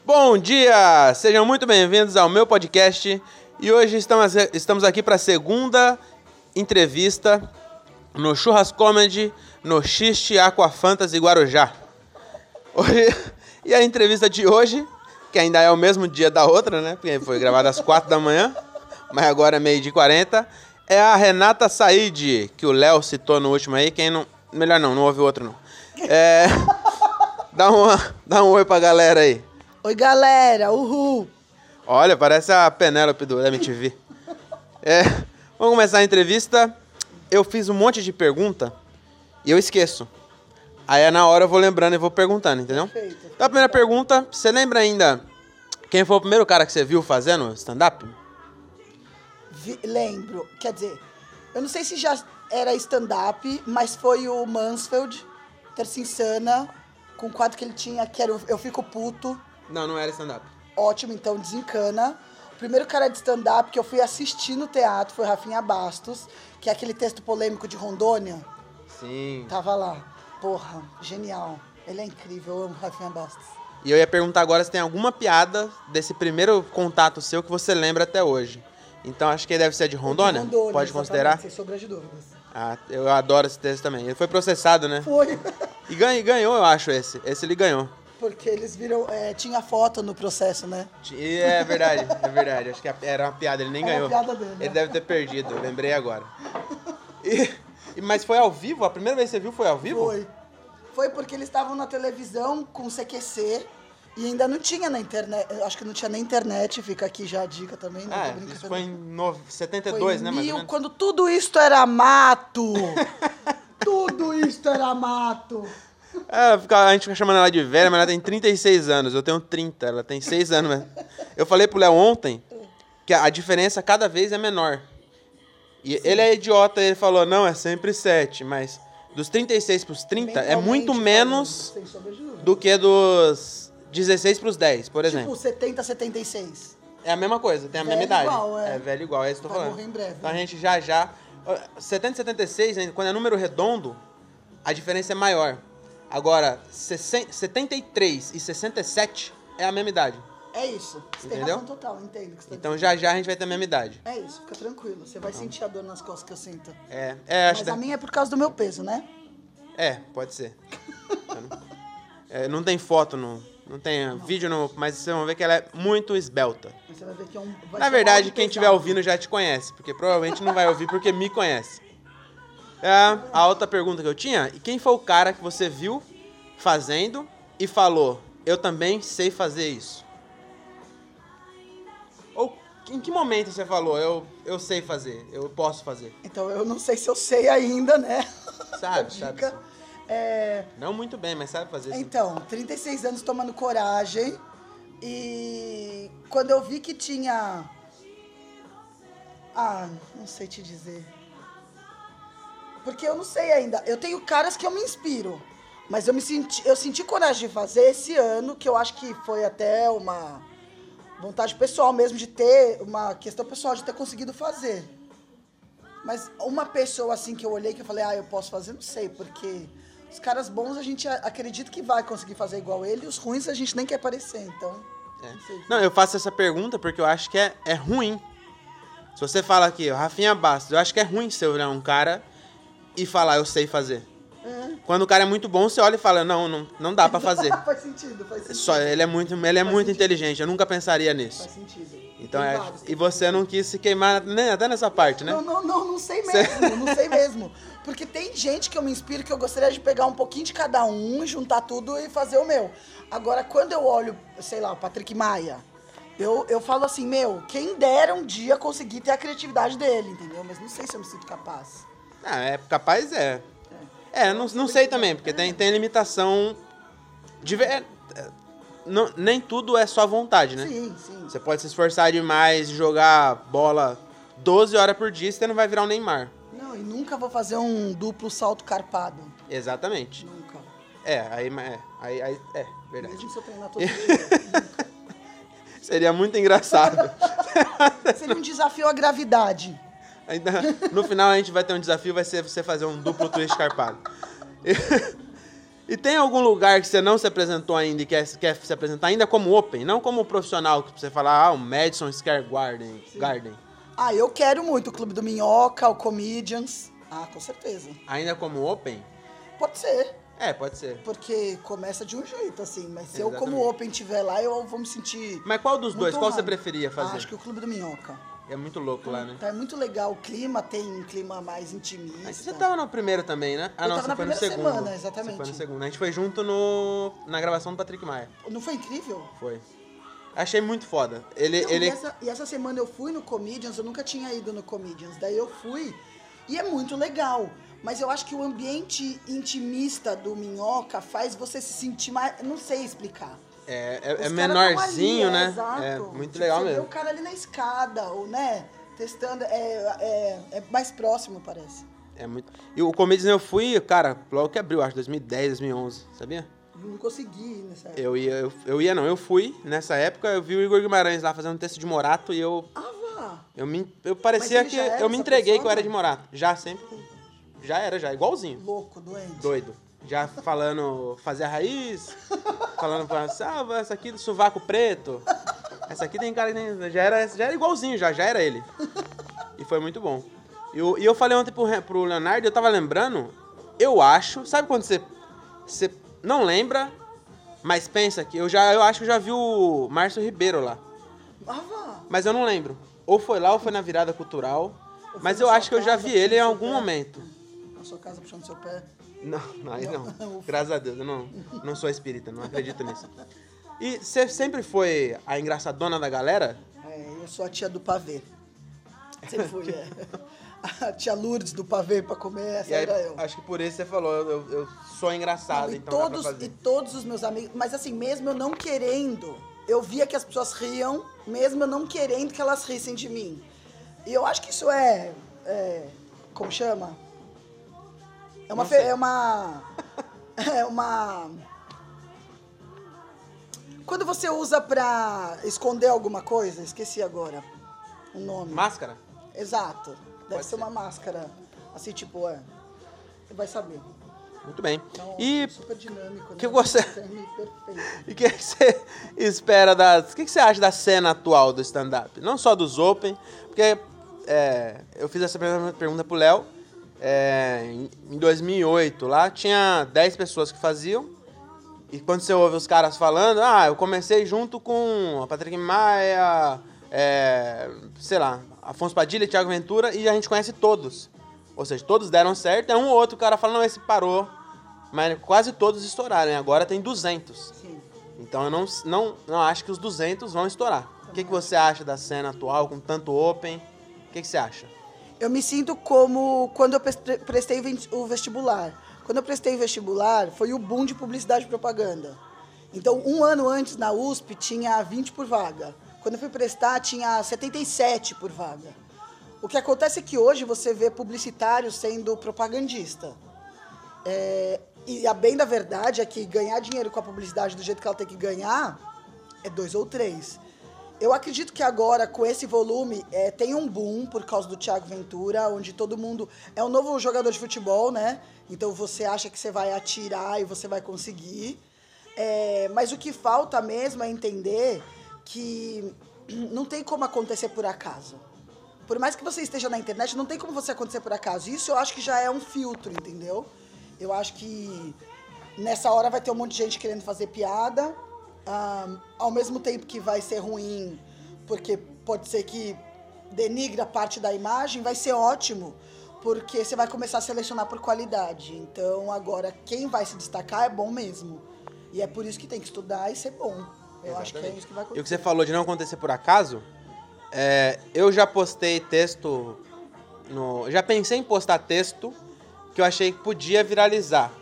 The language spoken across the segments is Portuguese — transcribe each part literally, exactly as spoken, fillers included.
Bom dia! Sejam muito bem-vindos ao meu podcast. E hoje estamos, estamos aqui para a segunda entrevista no Churras Comedy, no Xiste Aqua Fantasy Guarujá. Hoje, e a entrevista de hoje, que ainda é o mesmo dia da outra, né? Porque foi gravada às quatro da manhã, mas agora é meio-dia e quarenta. É a Renata Said, que o Léo citou no último aí. Quem não... Melhor não, não ouve o outro não. É... Dá, uma... Dá um oi pra galera aí. Oi, galera, uhul. Olha, parece a Penélope do M T V. É... Vamos começar a entrevista. Eu fiz um monte de pergunta e eu esqueço. Aí na hora eu vou lembrando e vou perguntando, entendeu? Perfeito. Então a primeira pergunta, você lembra ainda quem foi o primeiro cara que você viu fazendo stand-up? Vi- lembro, quer dizer, eu não sei se já era stand-up, mas foi o Mansfeld, Terça Insana, com o quadro que ele tinha, que era o Eu Fico Puto. Não, não era stand-up. Ótimo, então desencana. O primeiro cara de stand-up que eu fui assistir no teatro foi Rafinha Bastos, que é aquele texto polêmico de Rondônia. Sim. Tava lá. Porra, genial. Ele é incrível, eu amo Rafinha Bastos. E eu ia perguntar agora se tem alguma piada desse primeiro contato seu que você lembra até hoje. Então acho que ele deve ser de Rondônia? De Rondônia, Pode exatamente, considerar? sem sombra de dúvidas. Ah, eu adoro esse texto também. Ele foi processado, né? Foi. E ganhou, ganhou, eu acho, esse. Esse ele ganhou. Porque eles viram... É, tinha foto no processo, né? E é verdade, é verdade. Acho que era uma piada, ele nem Era ganhou. a piada dele, Ele né? deve ter perdido, lembrei agora. E, e- mas foi ao vivo? A primeira vez que você viu foi ao vivo? Foi. Foi porque eles estavam na televisão com C Q C e ainda não tinha na internet. Eu acho que não tinha nem internet, fica aqui já a dica também, né? Tô É, brincando. isso foi em no- setenta e Foi dois, em né, mais ou mil, menos? quando tudo isto era mato. Tudo isto era mato. É, fica- a gente fica chamando ela de velha, mas ela tem trinta e seis anos, eu tenho trinta, ela tem seis anos. Mas... Eu falei pro Léo ontem que a diferença cada vez é menor. E ele é idiota, ele falou, não, é sempre sete, mas dos trinta e seis pros trinta é muito Mentalmente menos falando, sem sombra de dúvida. do que dos dezesseis pros dez, por Tipo, exemplo. setenta, setenta e seis. É a mesma coisa, tem a Velho mesma idade. igual, é. É velho igual, é isso que eu tô Vai falando. morrer em breve, Então a né? gente já já... setenta e setenta e seis, né, quando é número redondo, a diferença é maior. Agora, sessenta setenta e três e sessenta e sete é a mesma idade. É isso. Você tem Entendeu? razão total, entendo o que você tá Então dizendo. já já a gente vai ter a mesma idade. É isso, fica tranquilo. Você vai sentir a dor nas costas que eu sinto. É, é acho Mas que... a minha é por causa do meu peso, né? É, pode ser. Eu não, é, não tem foto, no, não tem vídeo, no, mas vocês vão ver que ela é muito esbelta. Você vai ver que é um... vai Na ser um verdade, áudio quem estiver pesado. ouvindo já te conhece, porque provavelmente não vai ouvir porque me conhece. É, a outra pergunta que eu tinha, e quem foi o cara que você viu fazendo e falou, eu também sei fazer isso? Ou em que momento você falou, eu, eu sei fazer, eu posso fazer? Então, eu não sei se eu sei ainda, né? Sabe, A sabe. dica. sim. É, Não muito bem, mas sabe fazer isso. então, trinta e seis anos tomando coragem. E quando eu vi que tinha... Ah, não sei te dizer. Porque eu não sei ainda. Eu tenho caras que eu me inspiro. Mas eu me senti, eu senti coragem de fazer esse ano, que eu acho que foi até uma vontade pessoal mesmo de ter, uma questão pessoal de ter conseguido fazer. Mas uma pessoa assim que eu olhei que eu falei, ah, eu posso fazer, não sei, porque os caras bons a gente a- acredita que vai conseguir fazer igual ele, e os ruins a gente nem quer parecer, então... É. Não sei. Não, eu faço essa pergunta porque eu acho que é, é ruim. Se você fala aqui, o Rafinha Bastos, eu acho que é ruim você olhar um cara e falar, eu sei fazer. É. Quando o cara é muito bom, você olha e fala, não, não, não dá pra fazer. faz sentido, faz sentido. Só, ele é muito, ele é Faz muito sentido. inteligente, eu nunca pensaria nisso. Faz sentido. Então, Tem é, vários que e você não quis se queimar nem até nessa parte, né? Não, não, não, não sei mesmo, não sei mesmo. Porque tem gente que eu me inspiro que eu gostaria de pegar um pouquinho de cada um, juntar tudo e fazer o meu. Agora, quando eu olho, sei lá, o Patrick Maia, eu, eu falo assim, meu, quem dera um dia conseguir ter a criatividade dele, entendeu? Mas não sei se eu me sinto capaz. Ah, é capaz, é. É, não, não sei também, porque tem, tem limitação. De, é, é, não, nem tudo é só vontade, né? Sim, sim. Você pode se esforçar demais e jogar bola doze horas por dia e você não vai virar um Neymar. Não, e nunca vou fazer um duplo salto carpado. Exatamente. Nunca. É, aí, é, aí, aí é, verdade. Mesmo se eu treinar todo dia. Seria muito engraçado. Seria um desafio à gravidade. Ainda, no final a gente vai ter um desafio, vai ser você fazer um duplo twist carpado. E tem algum lugar que você não se apresentou ainda e quer, quer se apresentar ainda como open? Não como profissional, que você fala, ah, o Madison Square Garden. Garden. Ah, eu quero muito o Clube do Minhoca, o Comedians. Ah, com certeza. Ainda como open? Pode ser. É, pode ser. Porque começa de um jeito, assim. Mas se Exatamente. eu, como open, estiver lá, eu vou me sentir... Mas qual dos dois? muito Qual você honrado. preferia fazer? Ah, acho que o Clube do Minhoca. É muito louco lá, né? Tá, é muito legal. O clima tem um clima mais intimista. Mas você tava no primeiro também, né? Ah, Eu não, tava você na foi no primeira segundo. semana, exatamente. Você foi no segundo. A gente foi junto no, na gravação do Patrick Maia. Não foi incrível? Foi. Achei muito foda. Ele... Não, ele... E, essa, e essa semana eu fui no Comedians, eu nunca tinha ido no Comedians. Daí eu fui e é muito legal. Mas eu acho que o ambiente intimista do Minhoca faz você se sentir mais... Não sei explicar. É, é, é Os caras menorzinho, tão ali, né? É, exato. É muito Tipo, legal você mesmo. vê o cara ali na escada, ou, né? Testando. É, é, é mais próximo, parece. É muito... E o Comedians eu fui, cara, logo que abriu, acho, dois mil e dez, dois mil e onze, sabia? Não consegui ir nessa época. Eu ia, eu, eu ia não, eu fui nessa época, eu vi o Igor Guimarães lá fazendo um texto de Morato e eu... Ah, vá. Eu, me, eu parecia ele que... já era Eu me essa entreguei que eu persona? era de Morato. Já, sempre. Já era, já, igualzinho. Louco, doente. Doido. Já falando, fazer a raiz, falando, ah, essa aqui do sovaco preto, essa aqui tem cara que tem... Já era, já era igualzinho, já, já era ele. E foi muito bom. E eu, e eu falei ontem pro, pro Leonardo, eu tava lembrando, eu acho, sabe quando você, você não lembra, mas pensa que eu, já, eu acho que eu já vi o Márcio Ribeiro lá. Ah, vá. Mas eu não lembro. Ou foi lá ou foi na virada cultural, Ou foi mas na eu sua acho que eu já casa, vi ele em puxando algum seu pé. momento. Na sua casa puxando seu pé. Não, não, aí não. Não. Graças a Deus, eu não, não sou espírita, não acredito nisso. E você sempre foi a engraçadona da galera? É, eu sou a tia do pavê. Sempre fui, é. A tia Lourdes do pavê pra comer, essa E aí, era eu. acho que por isso você falou, eu, eu sou engraçado, Não, e, então todos, dá pra fazer. e todos os meus amigos, mas assim, mesmo eu não querendo, eu via que as pessoas riam, mesmo eu não querendo que elas rissem de mim. E eu acho que isso é, é como chama? É uma, Não fe- sei. é uma, é uma, quando você usa pra esconder alguma coisa, esqueci agora o nome. Máscara? Exato, deve Pode ser ser. uma máscara, assim, tipo, é, você vai saber. Muito bem. Então, E super dinâmico, né? que você- Termo perfeito. o que que você espera das... O que que você acha da cena atual do stand-up? Não só dos Open, porque é, eu fiz essa pergunta pergunta pro Léo, é, em, em dois mil e oito, lá tinha dez pessoas que faziam, e quando você ouve os caras falando, ah, eu comecei junto com a Patrick Maia, é, sei lá, Afonso Padilha, Thiago Ventura, e a gente conhece todos. Ou seja, todos deram certo, é um ou outro cara fala, não, esse parou. Mas quase todos estouraram, e agora tem duzentos. Sim. Então eu não, não, não acho que os duzentos vão estourar. O que, que você acha da cena atual, com tanto open? O que, que você acha? Eu me sinto como quando eu preste- prestei ven- o vestibular. Quando eu prestei o vestibular, foi o boom de publicidade e propaganda. Então, um ano antes, na U S P, tinha vinte por vaga. Quando eu fui prestar, tinha setenta e sete por vaga. O que acontece é que hoje você vê publicitário sendo propagandista. É, e a bem da verdade é que ganhar dinheiro com a publicidade do jeito que ela tem que ganhar é dois ou três. Eu acredito que agora, com esse volume, é, tem um boom por causa do Thiago Ventura, onde todo mundo... É um novo jogador de futebol, né? Então você acha que você vai atirar e você vai conseguir. É, mas o que falta mesmo é entender que não tem como acontecer por acaso. Por mais que você esteja na internet, não tem como você acontecer por acaso. Isso eu acho que já é um filtro, entendeu? Eu acho que nessa hora vai ter um monte de gente querendo fazer piada, ah, ao mesmo tempo que vai ser ruim, porque pode ser que denigre a parte da imagem, vai ser ótimo, porque você vai começar a selecionar por qualidade. Então, agora, quem vai se destacar é bom mesmo. E é por isso que tem que estudar e ser bom. Eu acho que é isso que vai acontecer. E o que você falou de não acontecer por acaso, é, eu já postei texto, no, já pensei em postar texto que eu achei que podia viralizar.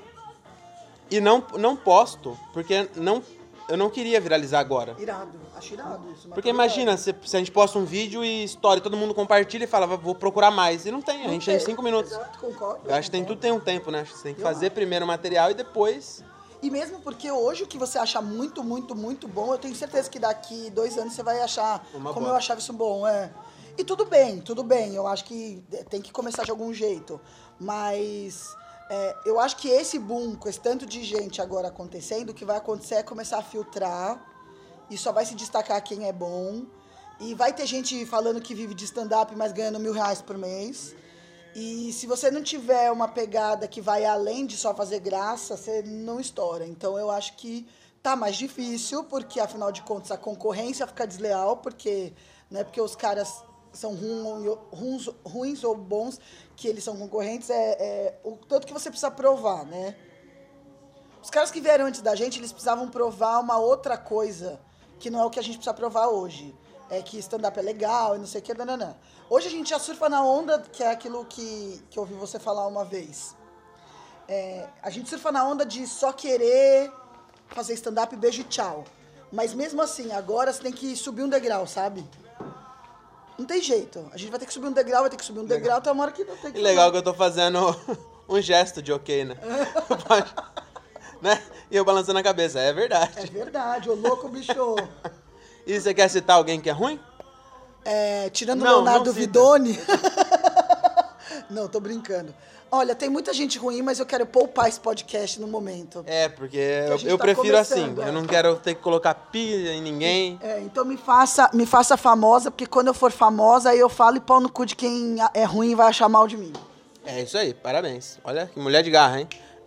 E não, não posto, porque não, eu não queria viralizar agora. Irado, acho irado isso. mas Porque tudo bem. imagina, se, se a gente posta um vídeo e história, todo mundo compartilha e fala, vou procurar mais. E não tem, a Não gente tem tem, cinco minutos. Exato, concordo. Eu acho que tem, concordo. tudo tem um tempo, né? Acho que você tem que Eu fazer acho. primeiro o material e depois... E mesmo porque hoje o que você acha muito, muito, muito bom, eu tenho certeza que daqui dois anos você vai achar Uma como boa. eu achava isso bom, é. E tudo bem, tudo bem, eu acho que tem que começar de algum jeito. Mas É, eu acho que esse boom, com esse tanto de gente agora acontecendo, o que vai acontecer é começar a filtrar e só vai se destacar quem é bom. E vai ter gente falando que vive de stand-up, mas ganhando mil reais por mês. E se você não tiver uma pegada que vai além de só fazer graça, você não estoura. Então eu acho que tá mais difícil, porque afinal de contas a concorrência fica desleal, porque não é porque os caras são rum, ruins, ruins ou bons que eles são concorrentes, é, é o tanto que você precisa provar, né? Os caras que vieram antes da gente, eles precisavam provar uma outra coisa, que não é o que a gente precisa provar hoje. É que stand-up é legal e não sei o que, nananã. Hoje a gente já surfa na onda, que é aquilo que, que eu ouvi você falar uma vez. É, a gente surfa na onda de só querer fazer stand-up, beijo e tchau. Mas mesmo assim, agora você tem que subir um degrau, sabe? Não tem jeito. A gente vai ter que subir um degrau, vai ter que subir um legal. degrau, até uma hora que não tem que E legal fazer. Que eu tô fazendo um gesto de ok, né? né? E eu balançando a cabeça, é verdade. É verdade, ô louco, bicho. E você quer citar alguém que é ruim? É, tirando o Leonardo Vidoni. Não, tô brincando. Olha, tem muita gente ruim, mas eu quero poupar esse podcast no momento. É, porque eu, eu tá prefiro assim. É. Eu não quero ter que colocar pilha em ninguém. É, então me faça, me faça famosa, porque quando eu for famosa, aí eu falo e pau no cu de quem é ruim e vai achar mal de mim. É isso aí, parabéns. Olha que mulher de garra, hein?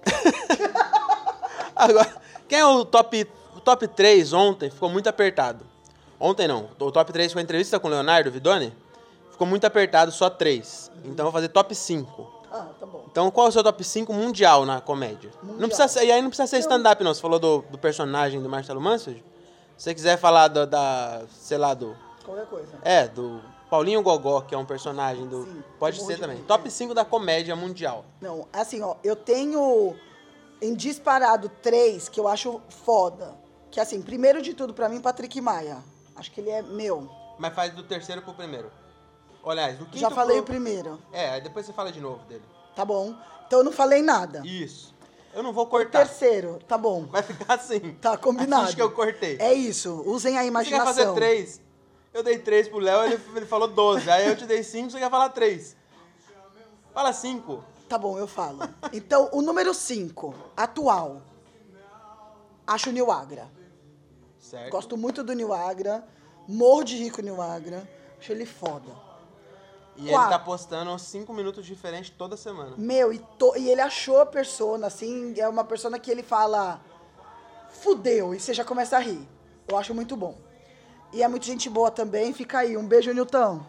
Agora, quem é o top, o top três ontem? Ficou muito apertado. Ontem não. O top três foi a entrevista com o Leonardo Vidoni. Ficou muito apertado, só três. Então eu vou fazer top cinco. Ah, tá bom. Então qual é o seu top cinco mundial na comédia? Mundial. Não precisa ser, e aí não precisa ser stand-up, não. Você falou do, do personagem do Marcelo Mansfield. Se você quiser falar do, da, sei lá, do... Qualquer coisa. É, do Paulinho Gogó, que é um personagem do... Sim, pode ser também. Mim. Top cinco da comédia mundial. Não, assim, ó, eu tenho em disparado três que eu acho foda. Que assim, primeiro de tudo, pra mim, Patrick Maia. Acho que ele é meu. Mas faz do terceiro pro primeiro. Aliás, do quinto Já falei pro... o primeiro. É, aí depois você fala de novo dele. Tá bom. Então eu não falei nada. Isso. Eu não vou cortar. O terceiro, tá bom. Vai ficar assim. Tá, combinado. Acho que eu cortei. É isso, usem a imaginação. Você quer fazer três? Eu dei três pro Léo, ele, ele falou doze. Aí eu te dei cinco, você quer falar três. Fala cinco. Tá bom, eu falo. Então, o número cinco, atual. Acho o Nil Agra. Certo. Gosto muito do Nil Agra. Morro de rico Nil Agra. Acho ele foda. E Quatro. ele tá postando cinco minutos diferentes toda semana. Meu, e, to, e ele achou a persona, assim, é uma persona que ele fala, fudeu, e você já começa a rir. Eu acho muito bom. E é muito gente boa também, fica aí. Um beijo, Nilton.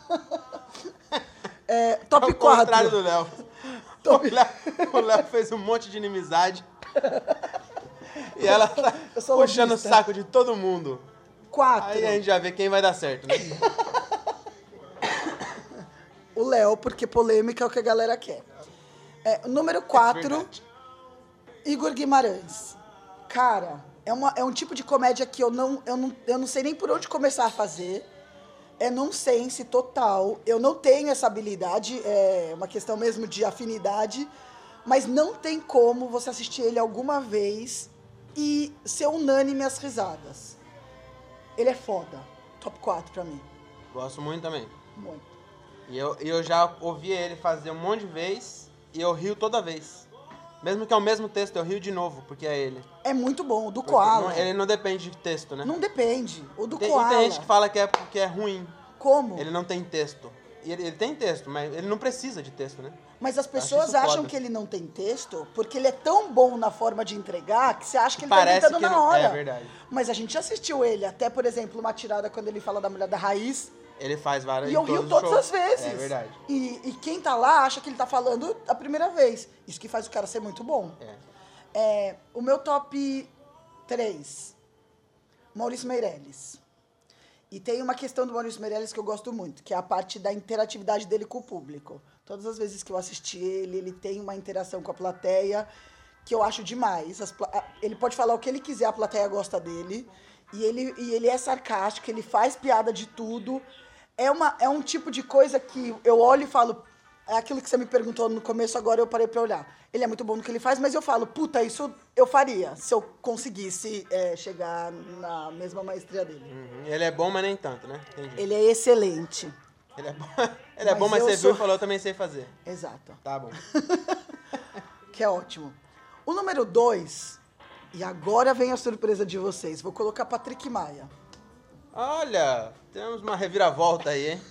é, top Ao quatro. contrário do Léo. Top... O Léo fez um monte de inimizade. E ela tá puxando o saco de todo mundo. Quatro. Aí a gente já vê quem vai dar certo, né? O Léo, porque polêmica é o que a galera quer. É, número quatro, é Igor Guimarães. Cara, é, uma, é um tipo de comédia que eu não, eu, não, eu não sei nem por onde começar a fazer. É nonsense total. Eu não tenho essa habilidade, é uma questão mesmo de afinidade. Mas não tem como você assistir ele alguma vez e ser unânime as risadas. Ele é foda. Top quatro pra mim. Gosto muito também. Muito. E eu, eu já ouvi ele fazer um monte de vez e eu rio toda vez. Mesmo que é o mesmo texto, eu rio de novo, porque é ele. É muito bom. O do Porque Koala. Não, ele não depende de texto, né? Não depende. O do tem, Koala. E tem gente que fala que é porque é ruim. Como? Ele não tem texto. E ele, ele tem texto, mas ele não precisa de texto, né? Mas as pessoas acham foda. que ele não tem texto porque ele é tão bom na forma de entregar que você acha que ele Parece tá inventando que na não... hora. É verdade. Mas a gente já assistiu ele. Até, por exemplo, uma tirada quando ele fala da mulher da raiz. Ele faz várias E eu rio todas as vezes. É verdade. E, e quem tá lá acha que ele tá falando a primeira vez. Isso que faz o cara ser muito bom. É. É, o meu top três, Maurício Meirelles. E tem uma questão do Maurício Meirelles que eu gosto muito, que é a parte da interatividade dele com o público. Todas as vezes que eu assisti ele, ele tem uma interação com a plateia que eu acho demais. As, ele pode falar o que ele quiser, a plateia gosta dele. E ele, e ele é sarcástico, ele faz piada de tudo. É, uma, é um tipo de coisa que eu olho e falo... É aquilo que você me perguntou no começo, agora eu parei pra olhar. Ele é muito bom no que ele faz, mas eu falo, puta, isso eu faria se eu conseguisse é, chegar na mesma maestria dele. Uhum. Ele é bom, mas nem tanto, né? Entendi. Ele é excelente. Ele é bom, ele é mas, bom, mas você sou... viu e falou, eu também sei fazer. Exato. Tá bom. que é ótimo. O número dois, e agora vem a surpresa de vocês, vou colocar Patrick Maia. Olha, temos uma reviravolta aí, hein?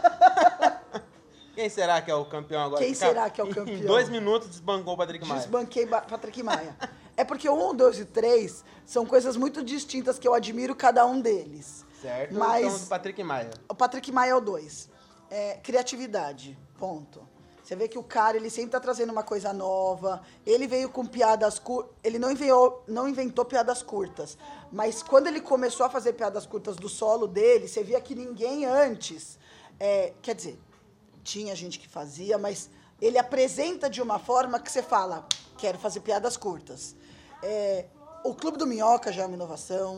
Quem será que é o campeão agora? Quem Fica- será que é o campeão? Em dois minutos desbancou o Patrick Maia. Desbanquei Ba- Patrick Maia. É porque o um, dois e três são coisas muito distintas que eu admiro cada um deles. Certo? Mas Então, do Patrick Maia. o Patrick Maia é o dois. É, criatividade, ponto. Você vê que o cara, ele sempre tá trazendo uma coisa nova. Ele veio com piadas curtas. Ele não inventou, não inventou piadas curtas. Mas quando ele começou a fazer piadas curtas do solo dele, você via que ninguém antes... é, quer dizer, tinha gente que fazia, mas ele apresenta de uma forma que você fala, quero fazer piadas curtas. É, o Clube do Minhoca já é uma inovação.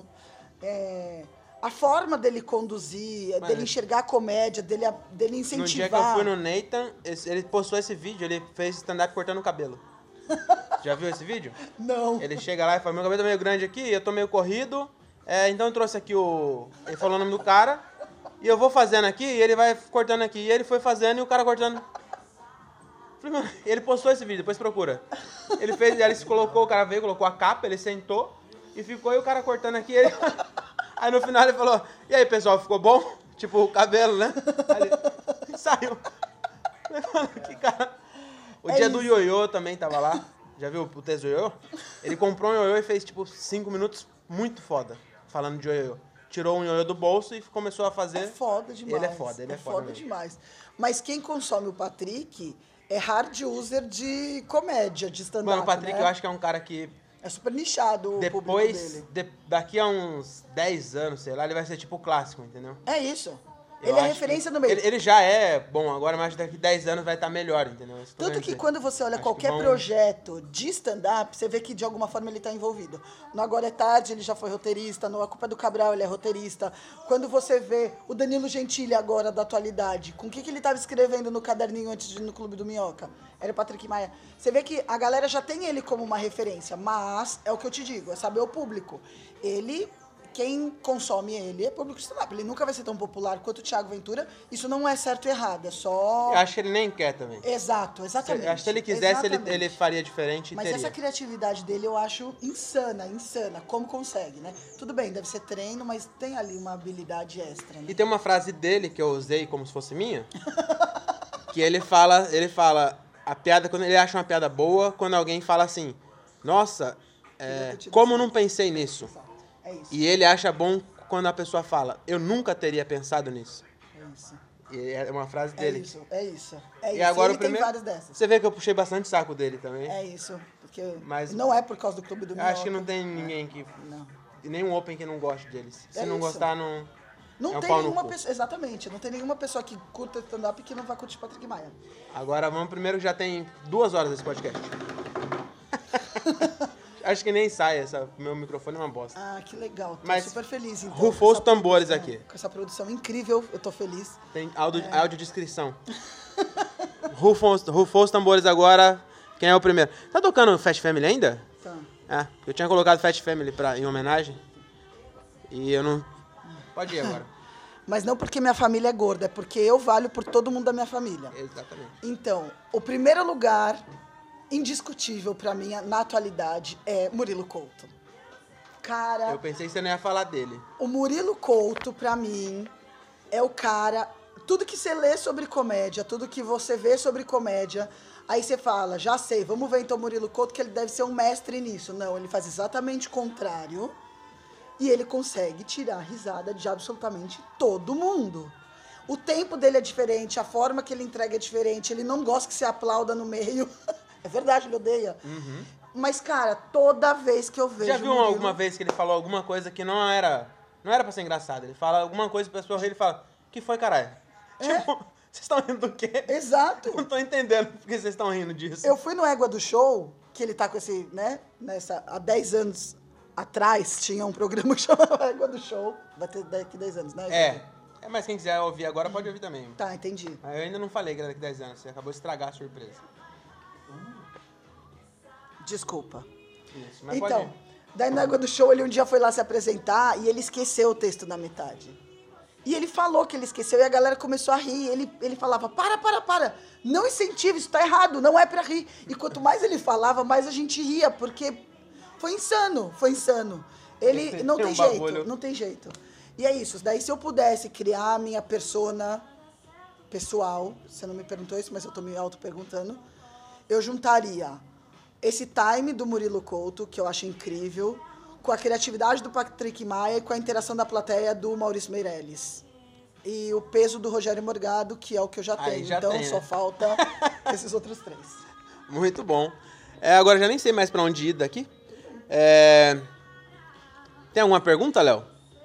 É, a forma dele conduzir, Mas- dele enxergar a comédia, dele, dele No incentivar... dia que eu fui no Nathan, esse- ele postou esse vídeo, ele fez stand-up cortando o cabelo. Já viu esse vídeo? Não. Ele chega lá e fala, meu cabelo tá meio grande aqui, eu tô meio corrido, é, então eu trouxe aqui o... Ele falou o nome do cara, e eu vou fazendo aqui, e ele vai cortando aqui. E ele foi fazendo, e o cara cortando. Falei, mano, ele postou esse vídeo, depois procura. Ele fez, aí ele se colocou, o cara veio, colocou a capa, ele sentou, e ficou, e o cara cortando aqui, ele... Aí no final ele falou, e aí pessoal, ficou bom? Tipo, o cabelo, né? Aí ele saiu. Falei, mano, que cara... O É dia isso. do ioiô também tava lá. Já viu o texto do ioiô? Ele comprou um ioiô e fez, tipo, cinco minutos muito foda, falando de ioiô. Tirou um ioiô do bolso e começou a fazer... É foda demais. Ele é foda, ele é, é foda, foda mesmo. demais. Mas quem consome o Patrick é hard user de comédia, de stand-up, Mano, o Patrick né? eu acho que é um cara que É super nichado o público depois, dele. de- daqui a uns dez anos, sei lá, ele vai ser tipo clássico, entendeu? É isso. Eu ele é acho referência que no meio. Ele, ele já é bom agora, mas daqui a dez anos vai estar melhor, entendeu? Isso eu tô Tanto querendo que dizer. quando você olha Acho qualquer que vão- projeto de stand-up, você vê que de alguma forma ele está envolvido. No Agora é Tarde ele já foi roteirista, no A Culpa é do Cabral ele é roteirista. Quando você vê o Danilo Gentili agora da atualidade, com o que, que ele estava escrevendo no caderninho antes de ir no Clube do Minhoca? Era o Patrick Maia. Você vê que a galera já tem ele como uma referência, mas é o que eu te digo, é saber o público. Ele... Quem consome ele é público stand-up. Ele nunca vai ser tão popular quanto o Thiago Ventura. Isso não é certo e errado, é só... Eu acho que ele nem quer também. Exato, exatamente. Eu acho que se ele quisesse, ele, Exatamente. ele faria diferente e Mas teria. essa criatividade dele eu acho insana, insana. Como consegue, né? Tudo bem, deve ser treino, mas tem ali uma habilidade extra, né? E tem uma frase dele que eu usei como se fosse minha, que ele fala, ele fala, a piada, quando ele acha uma piada boa, quando alguém fala assim, nossa, é, ter tido como essa- não pensei nisso? Exato. É isso, E ele acha bom quando a pessoa fala, eu nunca teria pensado nisso. é isso. E é uma frase É dele. isso, é isso. É E isso. agora ele o primeiro... tem várias dessas. Você vê que eu puxei bastante saco dele também. É isso. Porque Mas- não é por causa do Clube do Eu Minhoca. acho que não tem ninguém que... Não. Nenhum open que não goste deles. Se É não isso. gostar, não... Não é um tem pau no nenhuma cu. pessoa... Exatamente. Não tem nenhuma pessoa que curta stand-up que não vai curtir Patrick Maia. Agora vamos primeiro que já tem duas horas desse podcast. Acho que nem sai, essa, meu microfone é uma bosta. Ah, que legal. Tô Mas super feliz, então. rufou com os essa tambores produção- aqui. Com essa produção incrível, eu tô feliz. Tem áudio, É. audiodescrição. Rufam os, rufou os tambores agora. Quem é o primeiro? Tá tocando Fast Family ainda? Então, É, eu tinha colocado Fast Family pra, em homenagem. E eu não... Pode ir agora. mas não porque minha família é gorda, é porque eu valho por todo mundo da minha família. Exatamente. Então, o primeiro lugar indiscutível pra mim na atualidade é Murilo Couto. Cara, Eu pensei que você não ia falar dele. o Murilo Couto, pra mim, é o cara... Tudo que você lê sobre comédia, tudo que você vê sobre comédia, aí você fala, já sei, vamos ver então o Murilo Couto, que ele deve ser um mestre nisso. Não, ele faz exatamente o contrário. E ele consegue tirar risada de absolutamente todo mundo. O tempo dele é diferente, a forma que ele entrega é diferente, ele não gosta que se aplauda no meio. É verdade, ele odeia. Mas, cara, toda vez que eu vejo... Já viu o Murilo- alguma vez que ele falou alguma coisa que não era... Não era pra ser engraçado. Ele fala alguma coisa pra pessoa rir, ele fala, que foi, caralho? É. Tipo, vocês estão rindo do quê? Exato. Não tô entendendo por que vocês estão rindo disso. Eu fui no Égua do Show, que ele tá com esse, né, nessa, há dez anos atrás, tinha um programa que chamava Égua do Show. Vai ter daqui dez anos, né? É. É, mas quem quiser ouvir agora pode ouvir também. Tá, entendi. Eu ainda não falei que era daqui a dez anos, você acabou de estragar a surpresa. Desculpa. Isso, mas Então, pode ir. daí no Égua do Show, ele um dia foi lá se apresentar e ele esqueceu o texto na metade. E ele falou que ele esqueceu e a galera começou a rir. Ele, ele falava, para, para, para. Não incentive, isso tá errado, não é pra rir. E quanto mais ele falava, mais a gente ria, porque foi insano, foi insano. Ele não tem jeito, não tem jeito. E é isso. Daí se eu pudesse criar a minha persona pessoal, você não me perguntou isso, mas eu tô me auto-perguntando, eu juntaria esse time do Murilo Couto, que eu acho incrível, com a criatividade do Patrick Maia e com a interação da plateia do Maurício Meirelles. E o peso do Rogério Morgado, que é o que eu já Aí tenho. já então tem, só né? falta esses outros três. Muito bom. É, agora já nem sei mais pra onde ir daqui. É... Tem alguma pergunta, Léo?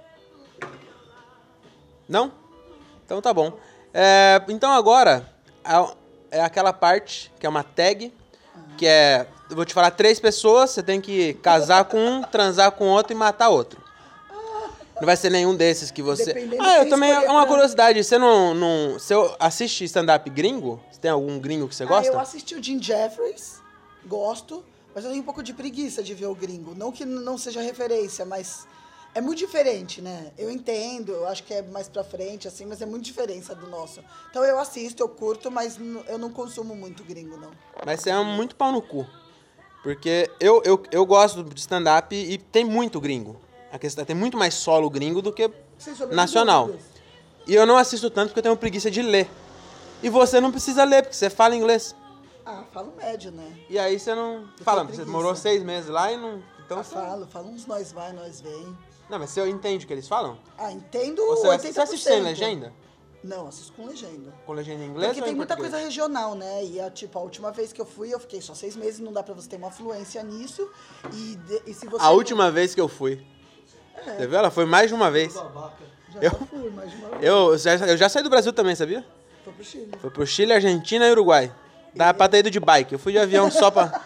Não? Então tá bom. É, então agora é aquela parte que é uma tag, que é... Eu vou te falar três pessoas, você tem que casar com um, transar com outro e matar outro. Não vai ser nenhum desses que você... Dependendo Ah, eu quem também... escolher É uma pra- curiosidade, você não... não você assiste stand-up gringo? Você tem algum gringo que você gosta? Ah, eu assisti o Jim Jeffries, gosto, mas eu tenho um pouco de preguiça de ver o gringo. Não que não seja referência, mas é muito diferente, né? Eu entendo, eu acho que é mais pra frente, assim, mas é muito diferença do nosso. Então eu assisto, eu curto, mas n- eu não consumo muito gringo, não. Mas você é muito pau no cu. Porque eu, eu, eu gosto de stand-up e tem muito gringo. A questão, tem muito mais solo gringo do que Sem sombra de nacional. dúvidas. E eu não assisto tanto porque eu tenho preguiça de ler. E você não precisa ler, porque você fala inglês. Ah, falo médio, né? E aí você não... Eu Fala, tenho você preguiça. morou seis meses lá e não... Então Ah, você... falo, falo uns nós vai, nós vem. Não, mas você entende o que eles falam? Ah, entendo Você, oitenta por cento. você assiste sem legenda? Não, assisto com legenda. Com legenda em inglês Porque ou tem em muita português? coisa regional, né? E, a, tipo, a última vez que eu fui, eu fiquei só seis meses, não dá pra você ter uma fluência nisso. E, de- e se você... A última vez que eu fui. Você viu? Ela foi mais de uma vez. Já eu- fui, mas de uma vez. Eu já, eu já saí do Brasil também, sabia? Foi pro Chile. Foi pro Chile, Argentina e Uruguai. Dá pra ter ido de bike. Eu fui de avião só pra...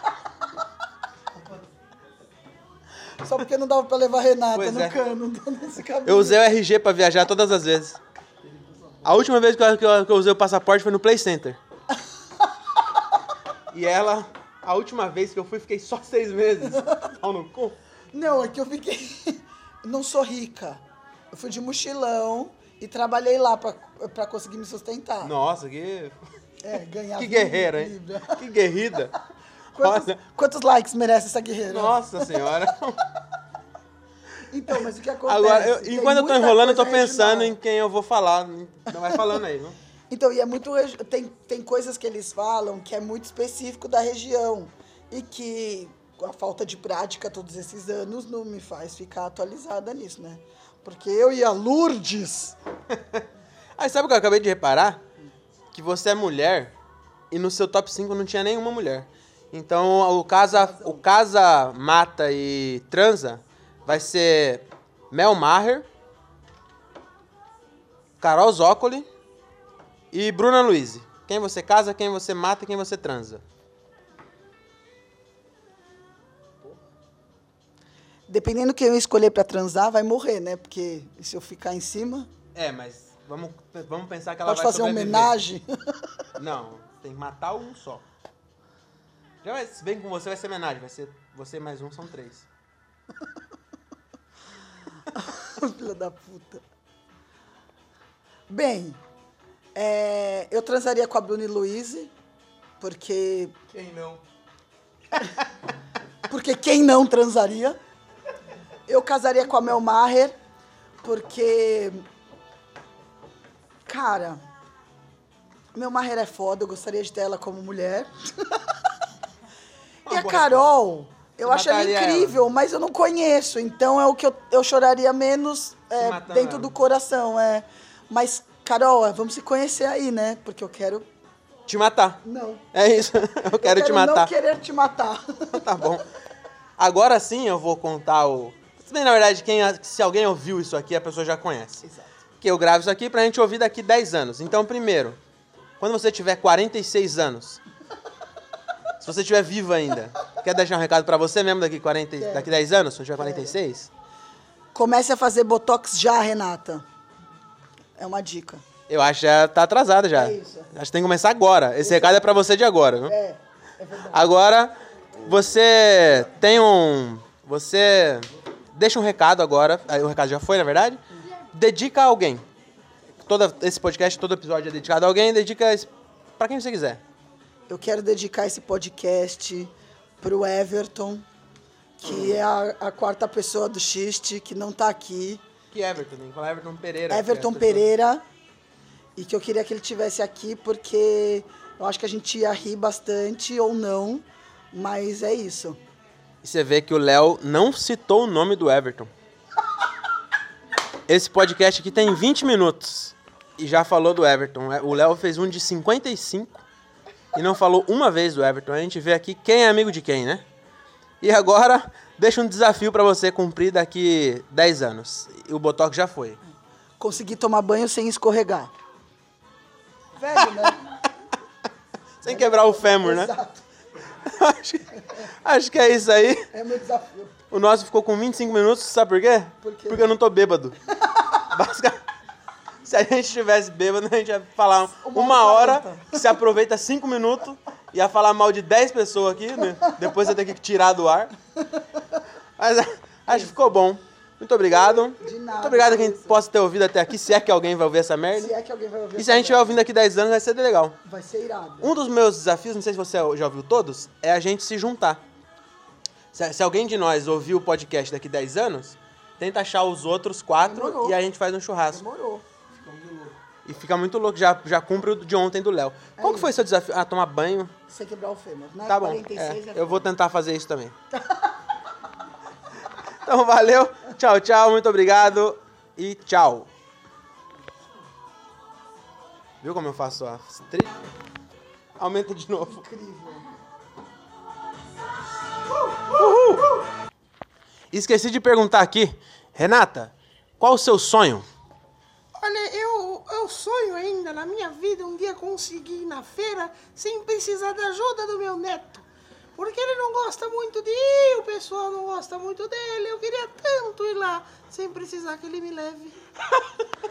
Só porque não dava pra levar a Renata Pois no é. cano, nesse caminho. Eu usei o R G pra viajar todas as vezes. A última vez que eu, que eu- que eu usei o passaporte foi no Play Center. E ela, a última vez que eu fui, fiquei só seis meses. Pau no cu. Não, é que eu fiquei... Não sou rica. Eu fui de mochilão e trabalhei lá pra, pra conseguir me sustentar. Nossa, que... É, ganhar... Que vida guerreira, hein? livre. Que guerrida. Quantos, Olha, quantos likes merece essa guerreira? nossa senhora. Então, mas o que acontece? Agora, eu- Tem enquanto eu tô muita enrolando, eu tô coisa pensando regional. em quem eu vou falar. Não vai falando aí, viu? Então, e é muito... regi- Tem, tem coisas que eles falam que é muito específico da região. E que a falta de prática todos esses anos não me faz ficar atualizada nisso, né? Porque eu e a Lourdes... Aí sabe o que eu acabei de reparar? Que você é mulher e no seu top cinco não tinha nenhuma mulher. Então o casa, o casa mata e transa vai ser Mel Maher, Carol Zócoli e Bruna Luiz. Quem você casa, quem você mata e quem você transa. Dependendo quem eu escolher pra transar, vai morrer, né? Porque se eu ficar em cima... É, mas vamos, vamos pensar que ela Pode vai fazer uma sobreviver. homenagem. Não, tem que matar um só. Já vai, se bem com você vai ser homenagem, vai ser você mais um, são três. Filha da puta. Bem, é, eu transaria com a Bruna e Luiz, porque... Quem não? Porque quem não transaria? Eu casaria com a Mel Maher, porque... Cara, Mel Maher é foda, eu gostaria de ter ela como mulher. E Uma a boa Carol, eu Você acho ela mataria incrível, mas eu não conheço. Então é o que eu, eu choraria menos é, matando dentro ela. do coração. É. Mas, Carol, vamos se conhecer aí, né? Porque eu quero... Te matar. Não. É isso, eu quero, te não matar. querer te matar. Tá bom. Agora sim eu vou contar o... Se bem, na verdade, quem, se alguém ouviu isso aqui, a pessoa já conhece. Exato. Que eu gravo isso aqui pra gente ouvir daqui dez anos. Então, primeiro, quando você tiver quarenta e seis anos, se você estiver vivo ainda, quer deixar um recado pra você mesmo daqui, quarenta, Quero. daqui dez anos, se você tiver quarenta e seis? Comece a fazer Botox já, Renata. É uma dica. Eu acho que já tá atrasada já. É isso. Acho que tem que começar agora. Esse recado é pra você de agora, viu? É, é verdade. Agora, você tem um... Você deixa um recado agora. aí O recado já foi, na verdade. Dedica a alguém. toda, esse podcast, todo episódio é dedicado a alguém, dedica pra quem você quiser. Eu quero dedicar esse podcast pro Everton, que é a, a quarta pessoa do Xiste, que não tá aqui. Que Everton? Tem que falar Everton Pereira. Everton é Pereira. E que eu queria que ele tivesse aqui, porque eu acho que a gente ia rir bastante ou não, mas é isso. E você vê que o Léo não citou o nome do Everton. Esse podcast aqui tem vinte minutos e já falou do Everton. O Léo fez um de cinquenta e cinco e não falou uma vez do Everton. A gente vê aqui quem é amigo de quem, né? E agora, deixa um desafio pra você cumprir daqui dez anos. E o Botox já foi. Conseguir tomar banho sem escorregar. Velho, né? Sem quebrar o fêmur, né? Exato. acho, acho que é isso aí. É meu desafio. O nosso ficou com vinte e cinco minutos, sabe por quê? Por quê? Porque eu não tô bêbado. Basicamente, se a gente estivesse bêbado, a gente ia falar uma, uma hora, que se aproveita cinco minutos, ia falar mal de dez pessoas aqui, né? Depois ia ter que tirar do ar. Mas acho que ficou bom. Muito obrigado. De nada. Muito obrigado a quem possa ter ouvido até aqui, se é que alguém vai ouvir essa merda. Se é que alguém vai ouvir. E se a gente estiver ouvindo daqui dez anos, vai ser legal. Vai ser irado. Um dos meus desafios, não sei se você já ouviu todos, é a gente se juntar. Se, se alguém de nós ouvir o podcast daqui dez anos, tenta achar os outros quatro Demorou. e a gente faz um churrasco. Demorou. E fica muito louco, já, já cumpre o de ontem do Léo. Qual que foi o seu desafio? Ah, tomar banho. Sem quebrar o fêmur, né? Tá bom, quarenta e seis é, é eu vou tentar fazer isso também. Então, valeu. Tchau, tchau. Muito obrigado. E tchau. Viu como eu faço a trilha? Aumenta de novo. incrível. Uhul. Esqueci de perguntar aqui. Renata, qual o seu sonho? Olha, eu, eu sonho ainda na minha vida um dia conseguir ir na feira sem precisar da ajuda do meu neto. Porque ele não gosta muito de ir, o pessoal não gosta muito dele. Eu queria tanto ir lá sem precisar que ele me leve.